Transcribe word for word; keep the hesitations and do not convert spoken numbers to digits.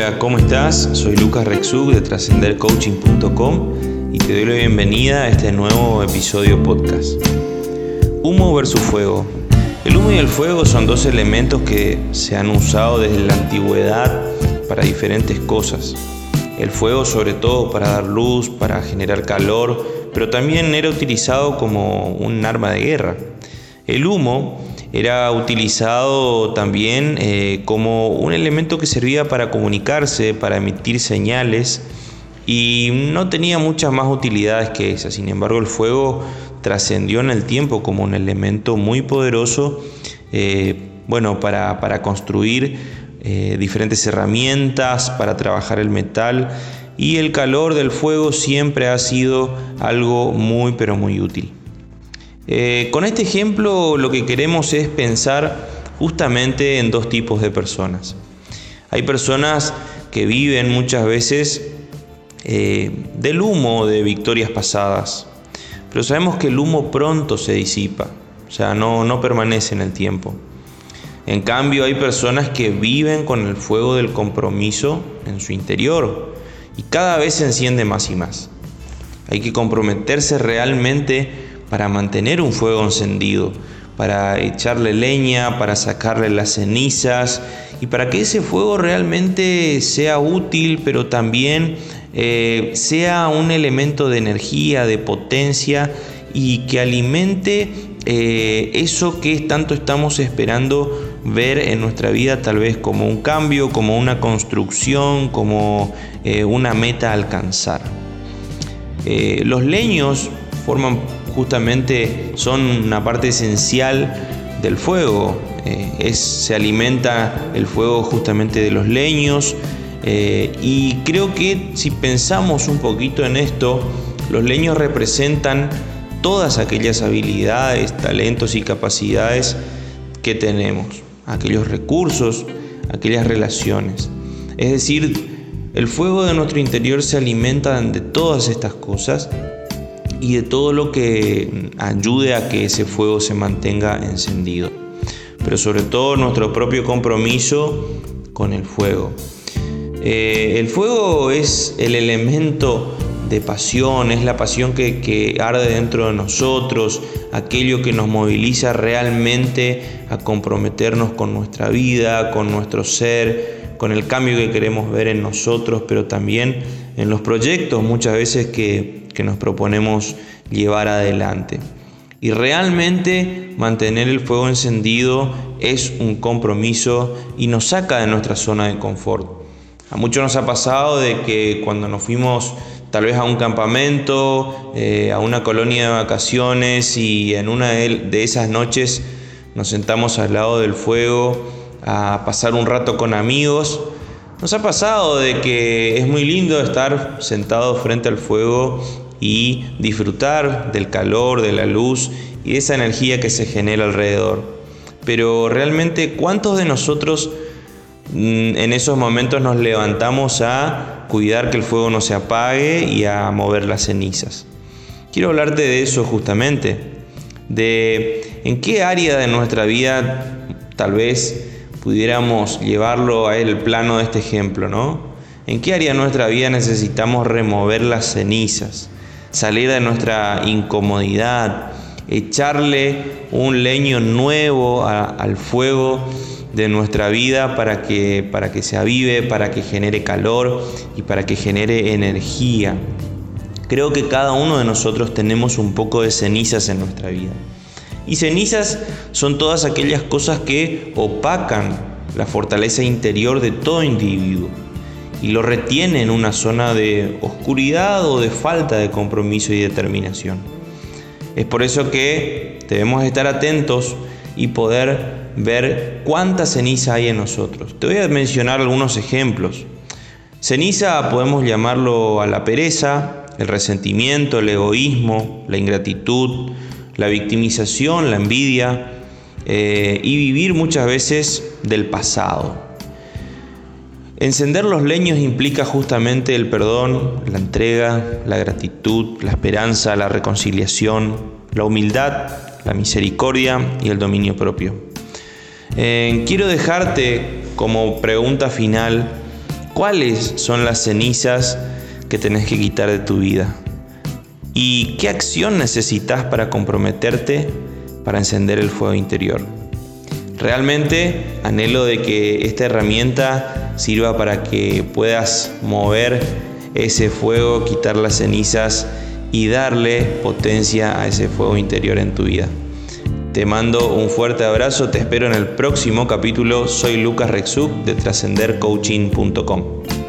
Hola, ¿cómo estás? Soy Lucas Rexug de trascender coaching punto com y te doy la bienvenida a este nuevo episodio podcast. Humo versus fuego. El humo y el fuego son dos elementos que se han usado desde la antigüedad para diferentes cosas. El fuego sobre todo para dar luz, para generar calor, pero también era utilizado como un arma de guerra. El humo era utilizado también eh, como un elemento que servía para comunicarse, para emitir señales, y no tenía muchas más utilidades que esas. Sin embargo, el fuego trascendió en el tiempo como un elemento muy poderoso eh, bueno, para, para construir eh, diferentes herramientas, para trabajar el metal, y el calor del fuego siempre ha sido algo muy pero muy útil. Eh, con este ejemplo lo que queremos es pensar justamente en dos tipos de personas. Hay personas que viven muchas veces eh, del humo de victorias pasadas, pero sabemos que el humo pronto se disipa, o sea, no, no permanece en el tiempo. En cambio, hay personas que viven con el fuego del compromiso en su interior y cada vez se enciende más y más. Hay que comprometerse realmente para mantener un fuego encendido, para echarle leña, para sacarle las cenizas y para que ese fuego realmente sea útil, pero también eh, sea un elemento de energía, de potencia y que alimente eh, eso que tanto estamos esperando ver en nuestra vida, tal vez como un cambio, como una construcción, como eh, una meta a alcanzar. Eh, los leños forman justamente, son una parte esencial del fuego. Eh, es, se alimenta el fuego justamente de los leños eh, y creo que si pensamos un poquito en esto, los leños representan todas aquellas habilidades, talentos y capacidades que tenemos, aquellos recursos, aquellas relaciones. Es decir, el fuego de nuestro interior se alimenta de todas estas cosas y de todo lo que ayude a que ese fuego se mantenga encendido, pero sobre todo nuestro propio compromiso con el fuego. Eh, el fuego es el elemento de pasión, es la pasión que, que arde dentro de nosotros, aquello que nos moviliza realmente a comprometernos con nuestra vida, con nuestro ser, con el cambio que queremos ver en nosotros, pero también en los proyectos muchas veces que que nos proponemos llevar adelante. Y realmente mantener el fuego encendido es un compromiso y nos saca de nuestra zona de confort. A muchos nos ha pasado de que cuando nos fuimos tal vez a un campamento, eh, a una colonia de vacaciones, y en una de esas noches nos sentamos al lado del fuego a pasar un rato con amigos. Nos ha pasado de que es muy lindo estar sentado frente al fuego y disfrutar del calor, de la luz y de esa energía que se genera alrededor. Pero realmente, ¿cuántos de nosotros en esos momentos nos levantamos a cuidar que el fuego no se apague y a mover las cenizas? Quiero hablarte de eso justamente, de en qué área de nuestra vida tal vez pudiéramos llevarlo al plano de este ejemplo, ¿no? ¿En qué área de nuestra vida necesitamos remover las cenizas, salir de nuestra incomodidad, echarle un leño nuevo a, al fuego de nuestra vida para que, para que se avive, para que genere calor y para que genere energía? Creo que cada uno de nosotros tenemos un poco de cenizas en nuestra vida. Y cenizas son todas aquellas cosas que opacan la fortaleza interior de todo individuo y lo retienen en una zona de oscuridad o de falta de compromiso y determinación. Es por eso que debemos estar atentos y poder ver cuánta ceniza hay en nosotros. Te voy a mencionar algunos ejemplos. Ceniza podemos llamarlo a la pereza, el resentimiento, el egoísmo, la ingratitud, la victimización, la envidia eh, y vivir muchas veces del pasado. Encender los leños implica justamente el perdón, la entrega, la gratitud, la esperanza, la reconciliación, la humildad, la misericordia y el dominio propio. Eh, quiero dejarte como pregunta final ¿Cuáles son las cenizas que tenés que quitar de tu vida? ¿Y qué acción necesitas para comprometerte para encender el fuego interior? Realmente anhelo de que esta herramienta sirva para que puedas mover ese fuego, quitar las cenizas y darle potencia a ese fuego interior en tu vida. Te mando un fuerte abrazo, te espero en el próximo capítulo. Soy Lucas Rexug de trascender coaching punto com.